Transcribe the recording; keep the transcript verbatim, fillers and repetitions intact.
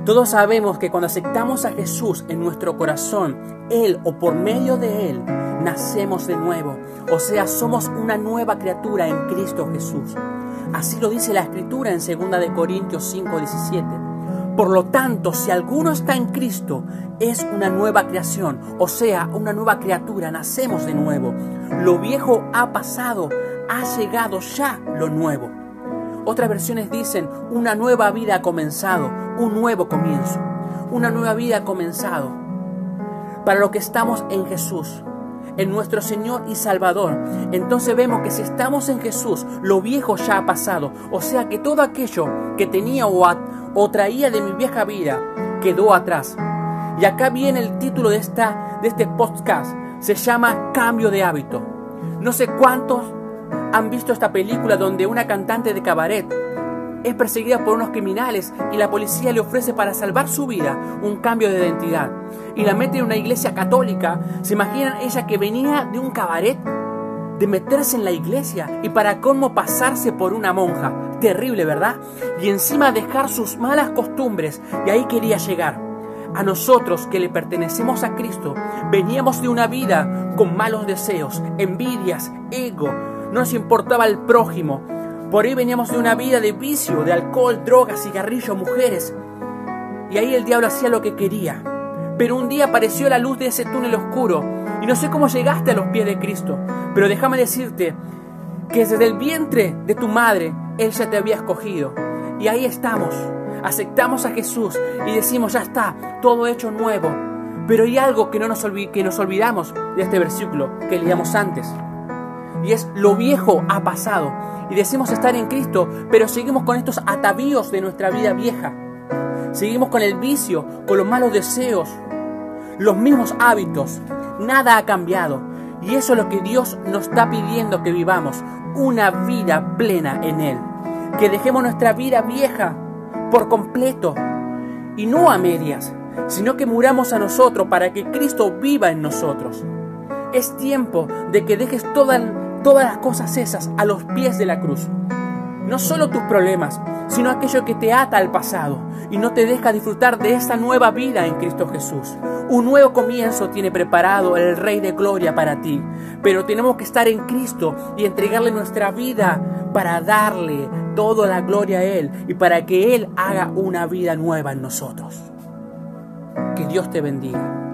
Todos sabemos que cuando aceptamos a Jesús en nuestro corazón, Él o por medio de Él, nacemos de nuevo. O sea, somos una nueva criatura en Cristo Jesús. Así lo dice la Escritura en segunda de Corintios cinco diecisiete. Por lo tanto, si alguno está en Cristo, es una nueva creación, o sea, una nueva criatura, nacemos de nuevo. Lo viejo ha pasado, ha llegado ya lo nuevo. Otras versiones dicen, una nueva vida ha comenzado, un nuevo comienzo. Una nueva vida ha comenzado. Para los que estamos en Jesús, en nuestro Señor y Salvador, entonces vemos que si estamos en Jesús, lo viejo ya ha pasado. O sea que todo aquello que tenía o, a, o traía de mi vieja vida quedó atrás. Y acá viene el título de, esta, de este podcast. Se llama Cambio de hábito. No sé cuántos han visto esta película donde una cantante de cabaret es perseguida por unos criminales y la policía le ofrece para salvar su vida un cambio de identidad. Y la mete en una iglesia católica. ¿Se imaginan ella que venía de un cabaret? De meterse en la iglesia y para cómo pasarse por una monja. Terrible, ¿verdad? Y encima dejar sus malas costumbres. Y ahí quería llegar. A nosotros que le pertenecemos a Cristo, veníamos de una vida con malos deseos, envidias, ego. No nos importaba el prójimo. Por ahí veníamos de una vida de vicio, de alcohol, drogas, cigarrillos, mujeres. Y ahí el diablo hacía lo que quería. Pero un día apareció la luz de ese túnel oscuro. Y no sé cómo llegaste a los pies de Cristo. Pero déjame decirte que desde el vientre de tu madre, Él ya te había escogido. Y ahí estamos. Aceptamos a Jesús y decimos, ya está, todo hecho nuevo. Pero hay algo que, no nos, olvid- que nos olvidamos de este versículo que leíamos antes. Y es, lo viejo ha pasado. Y decimos estar en Cristo, pero seguimos con estos atavíos de nuestra vida vieja. Seguimos con el vicio, con los malos deseos, los mismos hábitos. Nada ha cambiado. Y eso es lo que Dios nos está pidiendo que vivamos. Una vida plena en Él. Que dejemos nuestra vida vieja por completo. Y no a medias, sino que muramos a nosotros para que Cristo viva en nosotros. Es tiempo de que dejes todas, todas las cosas esas a los pies de la cruz. No solo tus problemas, sino aquello que te ata al pasado y no te deja disfrutar de esta nueva vida en Cristo Jesús. Un nuevo comienzo tiene preparado el Rey de Gloria para ti, pero tenemos que estar en Cristo y entregarle nuestra vida para darle toda la gloria a Él y para que Él haga una vida nueva en nosotros. Que Dios te bendiga.